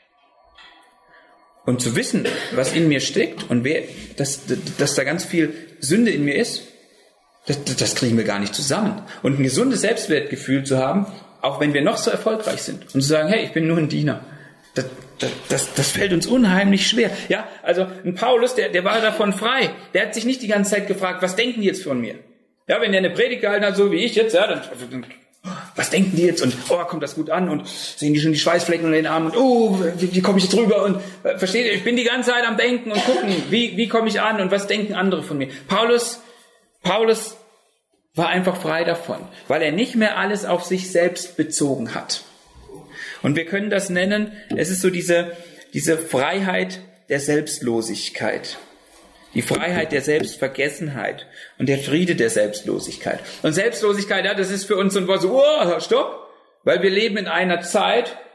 Und zu wissen, was in mir steckt und wer, dass, dass da ganz viel Sünde in mir ist, Das, das kriegen wir gar nicht zusammen. Und ein gesundes Selbstwertgefühl zu haben, auch wenn wir noch so erfolgreich sind. Und zu sagen, hey, ich bin nur ein Diener. Das, das, das, das fällt uns unheimlich schwer. Ja, also ein Paulus, der, der war davon frei. Der hat sich nicht die ganze Zeit gefragt, was denken die jetzt von mir? Ja, wenn der eine Predigt gehalten hat, so wie ich jetzt, ja, dann, was denken die jetzt? Und, oh, kommt das gut an? Und sehen die schon die Schweißflecken unter den Armen? Und, oh, wie, wie komme ich jetzt rüber? Und, äh, versteht ihr? Ich bin die ganze Zeit am Denken und gucken, wie, wie komme ich an? Und was denken andere von mir? Paulus, Paulus war einfach frei davon, weil er nicht mehr alles auf sich selbst bezogen hat. Und wir können das nennen, es ist so diese, diese Freiheit der Selbstlosigkeit. Die Freiheit der Selbstvergessenheit und der Friede der Selbstlosigkeit. Und Selbstlosigkeit, ja, das ist für uns so ein Wort so, oh, stopp, weil wir leben in einer Zeit,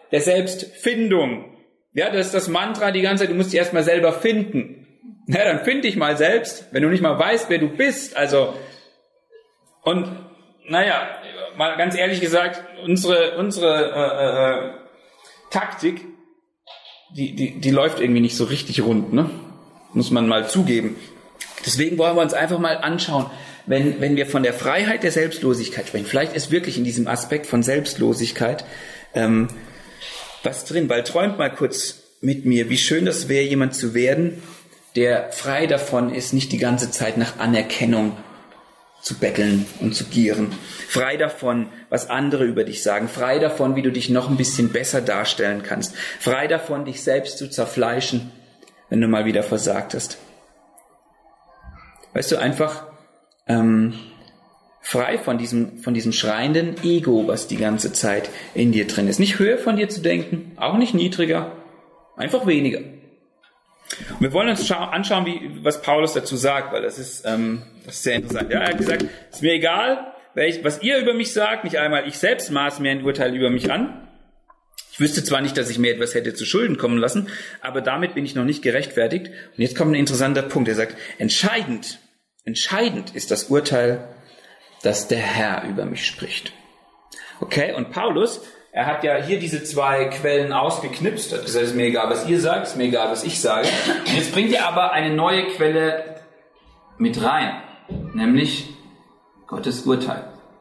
der Selbstfindung. Ja, das ist das Mantra die ganze Zeit, du musst dich erstmal selber finden. Ja, dann find dich mal selbst, wenn du nicht mal weißt, wer du bist. Also, und, naja, mal ganz ehrlich gesagt, unsere, unsere äh, äh, Taktik, die, die, die läuft irgendwie nicht so richtig rund, ne? Muss man mal zugeben. Deswegen wollen wir uns einfach mal anschauen, wenn, wenn wir von der Freiheit der Selbstlosigkeit sprechen, vielleicht ist wirklich in diesem Aspekt von Selbstlosigkeit ähm, was drin, weil träumt mal kurz mit mir, wie schön das wäre, jemand zu werden, der frei davon ist, nicht die ganze Zeit nach Anerkennung zu betteln und zu gieren. Frei davon, was andere über dich sagen. Frei davon, wie du dich noch ein bisschen besser darstellen kannst. Frei davon, dich selbst zu zerfleischen, wenn du mal wieder versagt hast. Weißt du, einfach ähm, frei von diesem, von diesem schreienden Ego, was die ganze Zeit in dir drin ist. Nicht höher von dir zu denken, auch nicht niedriger, einfach weniger. Und wir wollen uns anschauen, wie, was Paulus dazu sagt, weil das ist, ähm, das ist sehr interessant. Ja, er hat gesagt, ist mir egal, was ihr über mich sagt, nicht einmal ich selbst maße mir ein Urteil über mich an. Ich wüsste zwar nicht, dass ich mir etwas hätte zu Schulden kommen lassen, aber damit bin ich noch nicht gerechtfertigt. Und jetzt kommt ein interessanter Punkt. Er sagt, entscheidend, entscheidend ist das Urteil, dass der Herr über mich spricht. Okay, und Paulus, er hat ja hier diese zwei Quellen ausgeknipst. Er hat gesagt, es ist mir egal, was ihr sagt, es ist mir egal, was ich sage. Und jetzt bringt er aber eine neue Quelle mit rein, nämlich Gottes Urteil.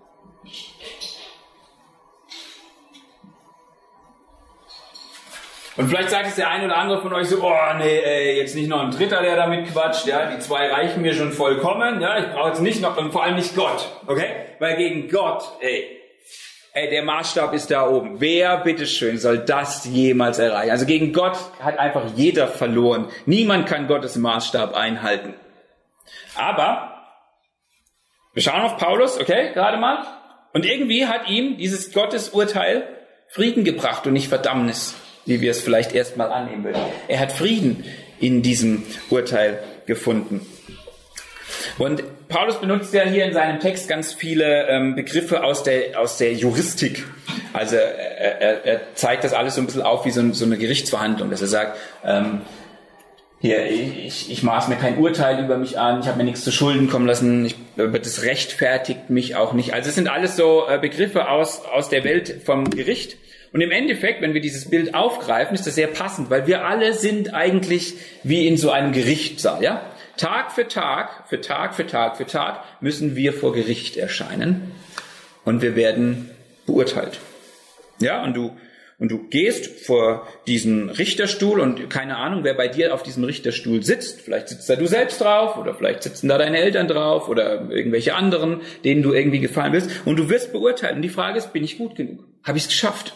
Und vielleicht sagt es der eine oder andere von euch so, oh nee, ey, jetzt nicht noch ein Dritter, der damit quatscht, ja, die zwei reichen mir schon vollkommen, ja, ich brauche jetzt nicht noch, und vor allem nicht Gott, okay? Weil gegen Gott, ey, ey, der Maßstab ist da oben. Wer, bitteschön, soll das jemals erreichen? Also gegen Gott hat einfach jeder verloren. Niemand kann Gottes Maßstab einhalten. Aber, wir schauen auf Paulus, okay, gerade mal, und irgendwie hat ihm dieses Gottesurteil Frieden gebracht und nicht Verdammnis, wie wir es vielleicht erstmal annehmen würden. Er hat Frieden in diesem Urteil gefunden. Und Paulus benutzt ja hier in seinem Text ganz viele ähm, Begriffe aus der, aus der Juristik. Also er, er, er zeigt das alles so ein bisschen auf wie so, ein, so eine Gerichtsverhandlung, dass er sagt, ähm, hier, ich, ich maß mir kein Urteil über mich an, ich habe mir nichts zu Schulden kommen lassen, ich, das rechtfertigt mich auch nicht. Also es sind alles so äh, Begriffe aus, aus der Welt vom Gericht. Und im Endeffekt, wenn wir dieses Bild aufgreifen, ist das sehr passend, weil wir alle sind eigentlich wie in so einem Gerichtssaal, ja? Tag für Tag, für Tag, für Tag, für Tag müssen wir vor Gericht erscheinen und wir werden beurteilt. Ja, und du, und du gehst vor diesen Richterstuhl und keine Ahnung, wer bei dir auf diesem Richterstuhl sitzt. Vielleicht sitzt da du selbst drauf oder vielleicht sitzen da deine Eltern drauf oder irgendwelche anderen, denen du irgendwie gefallen willst. Und du wirst beurteilt. Und die Frage ist, bin ich gut genug? Habe ich es geschafft?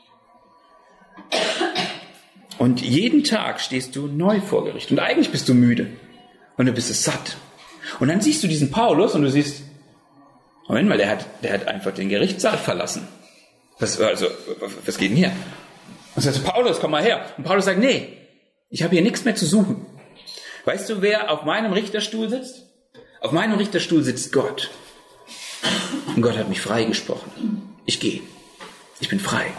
Und jeden Tag stehst du neu vor Gericht. Und eigentlich bist du müde. Und du bist es satt. Und dann siehst du diesen Paulus und du siehst, Moment mal, der hat, der hat einfach den Gerichtssaal verlassen. Was, also, was geht denn hier? Und sagst du, Paulus, komm mal her. Und Paulus sagt, nee, ich habe hier nichts mehr zu suchen. Weißt du, wer auf meinem Richterstuhl sitzt? Auf meinem Richterstuhl sitzt Gott. Und Gott hat mich freigesprochen. Ich gehe. Ich bin frei.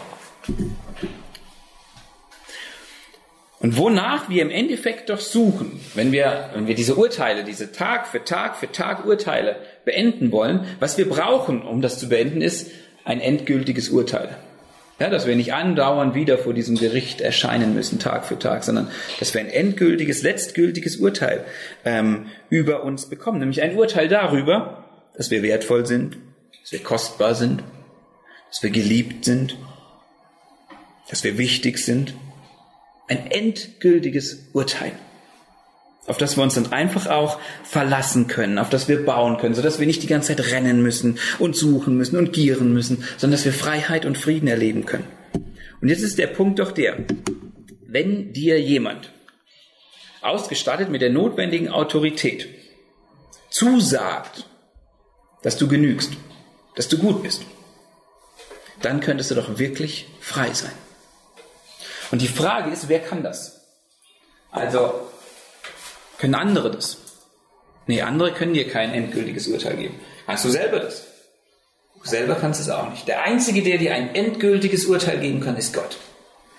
Und wonach wir im Endeffekt doch suchen, wenn wir, wenn wir diese Urteile, diese Tag für Tag für Tag Urteile beenden wollen, was wir brauchen, um das zu beenden, ist ein endgültiges Urteil. Ja, dass wir nicht andauernd wieder vor diesem Gericht erscheinen müssen, Tag für Tag, sondern dass wir ein endgültiges, letztgültiges Urteil ähm, über uns bekommen. Nämlich ein Urteil darüber, dass wir wertvoll sind, dass wir kostbar sind, dass wir geliebt sind, dass wir wichtig sind. Ein endgültiges Urteil, auf das wir uns dann einfach auch verlassen können, auf das wir bauen können, sodass wir nicht die ganze Zeit rennen müssen und suchen müssen und gieren müssen, sondern dass wir Freiheit und Frieden erleben können. Und jetzt ist der Punkt doch der, wenn dir jemand, ausgestattet mit der notwendigen Autorität, zusagt, dass du genügst, dass du gut bist, dann könntest du doch wirklich frei sein. Und die Frage ist, wer kann das? Also, können andere das? Nee, andere können dir kein endgültiges Urteil geben. Kannst du selber das? Du selber kannst es auch nicht. Der Einzige, der dir ein endgültiges Urteil geben kann, ist Gott.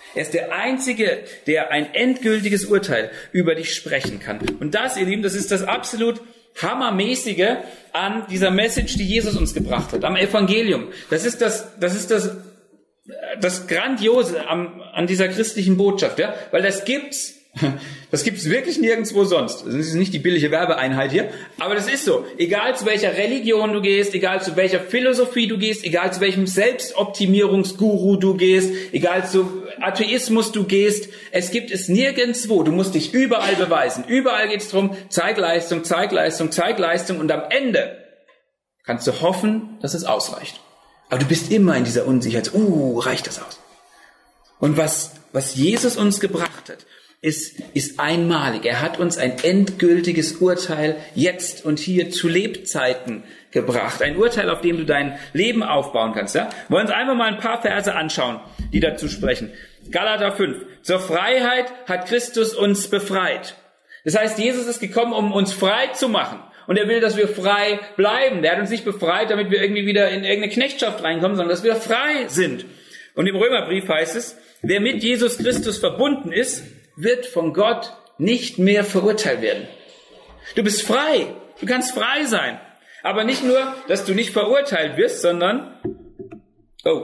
Er ist der Einzige, der ein endgültiges Urteil über dich sprechen kann. Und das, ihr Lieben, das ist das absolut Hammermäßige an dieser Message, die Jesus uns gebracht hat, am Evangelium. Das ist das, das ist das, das Grandiose am, an dieser christlichen Botschaft, ja, weil das gibt's, das gibt's wirklich nirgendwo sonst. Das ist nicht die billige Werbeeinheit hier, aber das ist so. Egal zu welcher Religion du gehst, egal zu welcher Philosophie du gehst, egal zu welchem Selbstoptimierungsguru du gehst, egal zu Atheismus du gehst, es gibt es nirgendwo. Du musst dich überall beweisen. Überall geht's drum, zeig Leistung, zeig Leistung, zeig Leistung und am Ende kannst du hoffen, dass es ausreicht. Aber du bist immer in dieser Unsicherheit. Uh, reicht das aus? Und was, was Jesus uns gebracht hat, ist, ist einmalig. Er hat uns ein endgültiges Urteil jetzt und hier zu Lebzeiten gebracht. Ein Urteil, auf dem du dein Leben aufbauen kannst. Ja? Wir wollen uns einfach mal ein paar Verse anschauen, die dazu sprechen. Galater fünf. Zur Freiheit hat Christus uns befreit. Das heißt, Jesus ist gekommen, um uns frei zu machen. Und er will, dass wir frei bleiben. Der hat uns nicht befreit, damit wir irgendwie wieder in irgendeine Knechtschaft reinkommen, sondern dass wir frei sind. Und im Römerbrief heißt es, wer mit Jesus Christus verbunden ist, wird von Gott nicht mehr verurteilt werden. Du bist frei. Du kannst frei sein. Aber nicht nur, dass du nicht verurteilt wirst, sondern... Oh.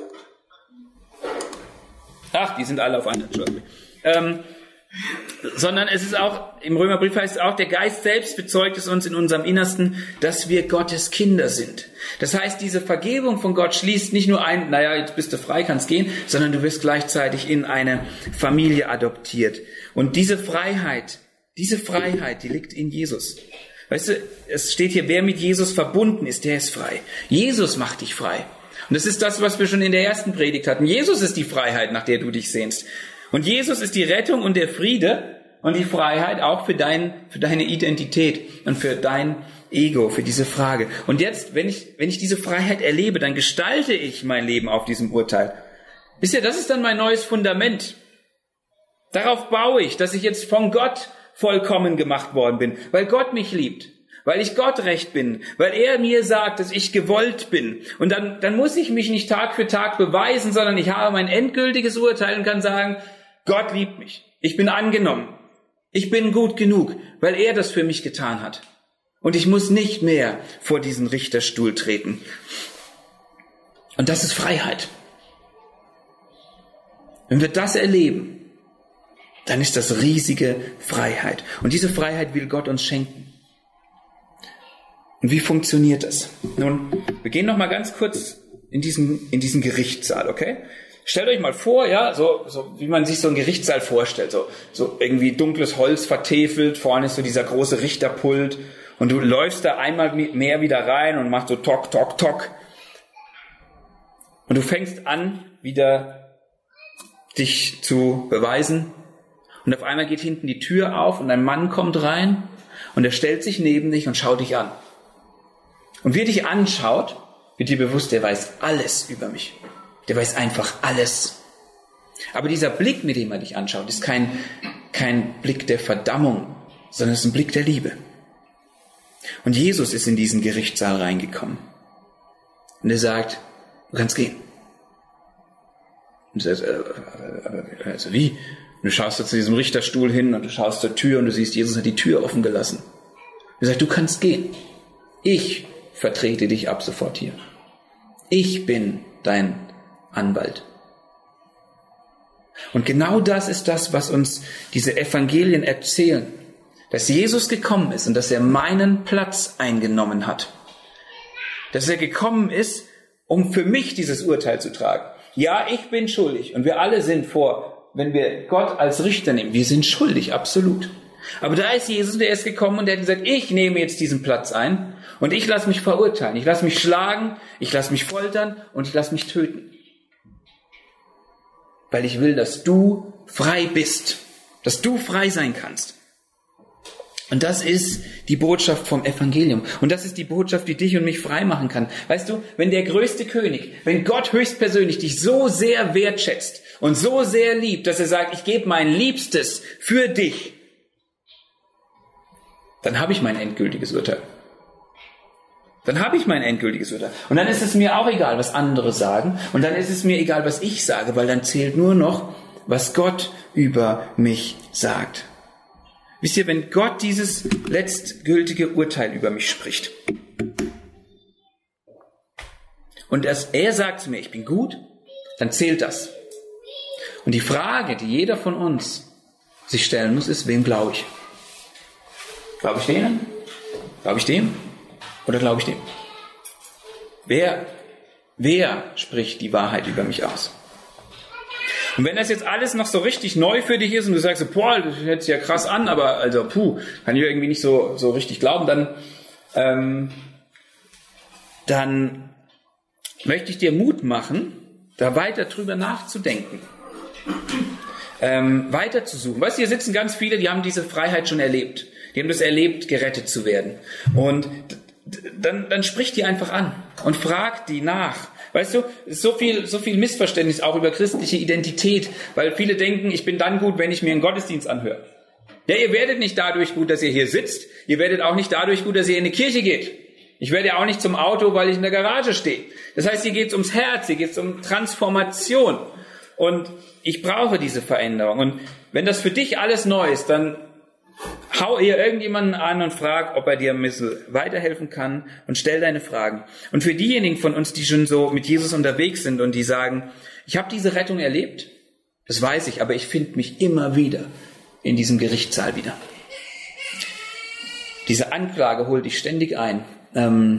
Ach, die sind alle auf einer. Ähm, sondern es ist auch, im Römerbrief heißt es auch, der Geist selbst bezeugt es uns in unserem Innersten, dass wir Gottes Kinder sind. Das heißt, diese Vergebung von Gott schließt nicht nur ein, naja, jetzt bist du frei, kannst gehen, sondern du wirst gleichzeitig in eine Familie adoptiert. Und diese Freiheit, diese Freiheit, die liegt in Jesus. Weißt du, es steht hier, wer mit Jesus verbunden ist, der ist frei. Jesus macht dich frei. Und das ist das, was wir schon in der ersten Predigt hatten. Jesus ist die Freiheit, nach der du dich sehnst. Und Jesus ist die Rettung und der Friede und die Freiheit auch für, dein, für deine Identität und für dein Ego, für diese Frage. Und jetzt, wenn ich, wenn ich diese Freiheit erlebe, dann gestalte ich mein Leben auf diesem Urteil. Wisst ihr, das ist dann mein neues Fundament. Darauf baue ich, dass ich jetzt von Gott vollkommen gemacht worden bin, weil Gott mich liebt, weil ich Gott recht bin, weil er mir sagt, dass ich gewollt bin. Und dann, dann muss ich mich nicht Tag für Tag beweisen, sondern ich habe mein endgültiges Urteil und kann sagen, Gott liebt mich. Ich bin angenommen. Ich bin gut genug, weil er das für mich getan hat. Und ich muss nicht mehr vor diesen Richterstuhl treten. Und das ist Freiheit. Wenn wir das erleben, dann ist das riesige Freiheit. Und diese Freiheit will Gott uns schenken. Und wie funktioniert das? Nun, wir gehen noch mal ganz kurz in diesen, in diesen Gerichtssaal, okay? Stellt euch mal vor, ja, so, so wie man sich so einen Gerichtssaal vorstellt, so, so irgendwie dunkles Holz vertefelt, vorne ist so dieser große Richterpult und du läufst da einmal mehr wieder rein und machst so Tok, Tok, Tok. Und du fängst an, wieder dich zu beweisen. Und auf einmal geht hinten die Tür auf und ein Mann kommt rein und er stellt sich neben dich und schaut dich an. Und wie er dich anschaut, wird dir bewusst, der weiß alles über mich. Der weiß einfach alles. Aber dieser Blick, mit dem er dich anschaut, ist kein, kein Blick der Verdammung, sondern es ist ein Blick der Liebe. Und Jesus ist in diesen Gerichtssaal reingekommen. Und er sagt, du kannst gehen. Und er sagt, äh, also wie? Und du schaust da zu diesem Richterstuhl hin und du schaust zur Tür und du siehst, Jesus hat die Tür offen gelassen. Er sagt, du kannst gehen. Ich vertrete dich ab sofort hier. Ich bin dein Anwalt. Und genau das ist das, was uns diese Evangelien erzählen. Dass Jesus gekommen ist und dass er meinen Platz eingenommen hat. Dass er gekommen ist, um für mich dieses Urteil zu tragen. Ja, ich bin schuldig und wir alle sind vor, wenn wir Gott als Richter nehmen, wir sind schuldig, absolut. Aber da ist Jesus, der ist gekommen und der hat gesagt, ich nehme jetzt diesen Platz ein und ich lasse mich verurteilen. Ich lasse mich schlagen, ich lasse mich foltern und ich lasse mich töten. Weil ich will, dass du frei bist, dass du frei sein kannst. Und das ist die Botschaft vom Evangelium. Und das ist die Botschaft, die dich und mich frei machen kann. Weißt du, wenn der größte König, wenn Gott höchstpersönlich dich so sehr wertschätzt und so sehr liebt, dass er sagt, ich gebe mein Liebstes für dich, dann habe ich mein endgültiges Urteil. Dann habe ich mein endgültiges Urteil. Und dann ist es mir auch egal, was andere sagen. Und dann ist es mir egal, was ich sage, weil dann zählt nur noch, was Gott über mich sagt. Wisst ihr, wenn Gott dieses letztgültige Urteil über mich spricht und er, er sagt zu mir, ich bin gut, dann zählt das. Und die Frage, die jeder von uns sich stellen muss, ist, wem glaube ich? Glaube ich denen? Glaube ich dem? Oder glaube ich dem? Wer, wer spricht die Wahrheit über mich aus? Und wenn das jetzt alles noch so richtig neu für dich ist und du sagst, so, boah, das hört sich ja krass an, aber also puh, kann ich irgendwie nicht so, so richtig glauben, dann, ähm, dann möchte ich dir Mut machen, da weiter drüber nachzudenken, ähm, weiter zu suchen. Weißt du, hier sitzen ganz viele, die haben diese Freiheit schon erlebt. Die haben das erlebt, gerettet zu werden. Und dann, dann sprich die einfach an und frag die nach. Weißt du, so viel, so viel Missverständnis auch über christliche Identität, weil viele denken, ich bin dann gut, wenn ich mir einen Gottesdienst anhöre. Ja, ihr werdet nicht dadurch gut, dass ihr hier sitzt. Ihr werdet auch nicht dadurch gut, dass ihr in eine Kirche geht. Ich werde ja auch nicht zum Auto, weil ich in der Garage stehe. Das heißt, hier geht es ums Herz, hier geht es um Transformation. Und ich brauche diese Veränderung. Und wenn das für dich alles neu ist, dann hau ihr irgendjemanden an und frag, ob er dir ein bisschen weiterhelfen kann und stell deine Fragen. Und für diejenigen von uns, die schon so mit Jesus unterwegs sind und die sagen, ich habe diese Rettung erlebt, das weiß ich, aber ich finde mich immer wieder in diesem Gerichtssaal wieder. Diese Anklage holt dich ständig ein. Ähm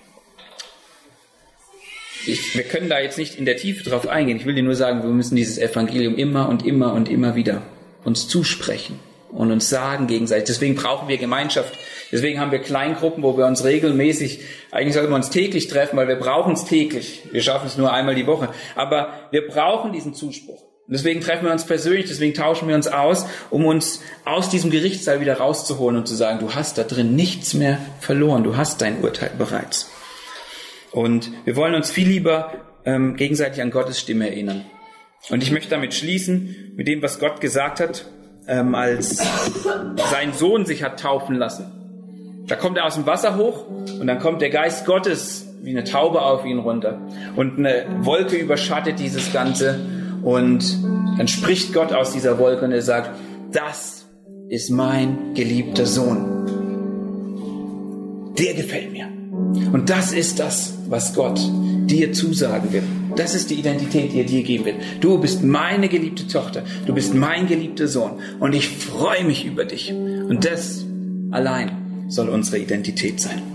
ich, wir können da jetzt nicht in der Tiefe drauf eingehen. Ich will dir nur sagen, wir müssen dieses Evangelium immer und immer und immer wieder uns zusprechen und uns sagen gegenseitig. Deswegen brauchen wir Gemeinschaft. Deswegen haben wir Kleingruppen, wo wir uns regelmäßig, eigentlich sollten wir uns täglich treffen, weil wir brauchen es täglich. Wir schaffen es nur einmal die Woche. Aber wir brauchen diesen Zuspruch. Und deswegen treffen wir uns persönlich, deswegen tauschen wir uns aus, um uns aus diesem Gerichtssaal wieder rauszuholen und zu sagen, du hast da drin nichts mehr verloren. Du hast dein Urteil bereits. Und wir wollen uns viel lieber ähm, gegenseitig an Gottes Stimme erinnern. Und ich möchte damit schließen, mit dem, was Gott gesagt hat, Ähm, als sein Sohn sich hat taufen lassen. Da kommt er aus dem Wasser hoch und dann kommt der Geist Gottes wie eine Taube auf ihn runter. Und eine Wolke überschattet dieses Ganze und dann spricht Gott aus dieser Wolke und er sagt, das ist mein geliebter Sohn. Der gefällt mir. Und das ist das, was Gott dir zusagen will. Das ist die Identität, die er dir geben wird. Du bist meine geliebte Tochter. Du bist mein geliebter Sohn. Und ich freue mich über dich. Und das allein soll unsere Identität sein.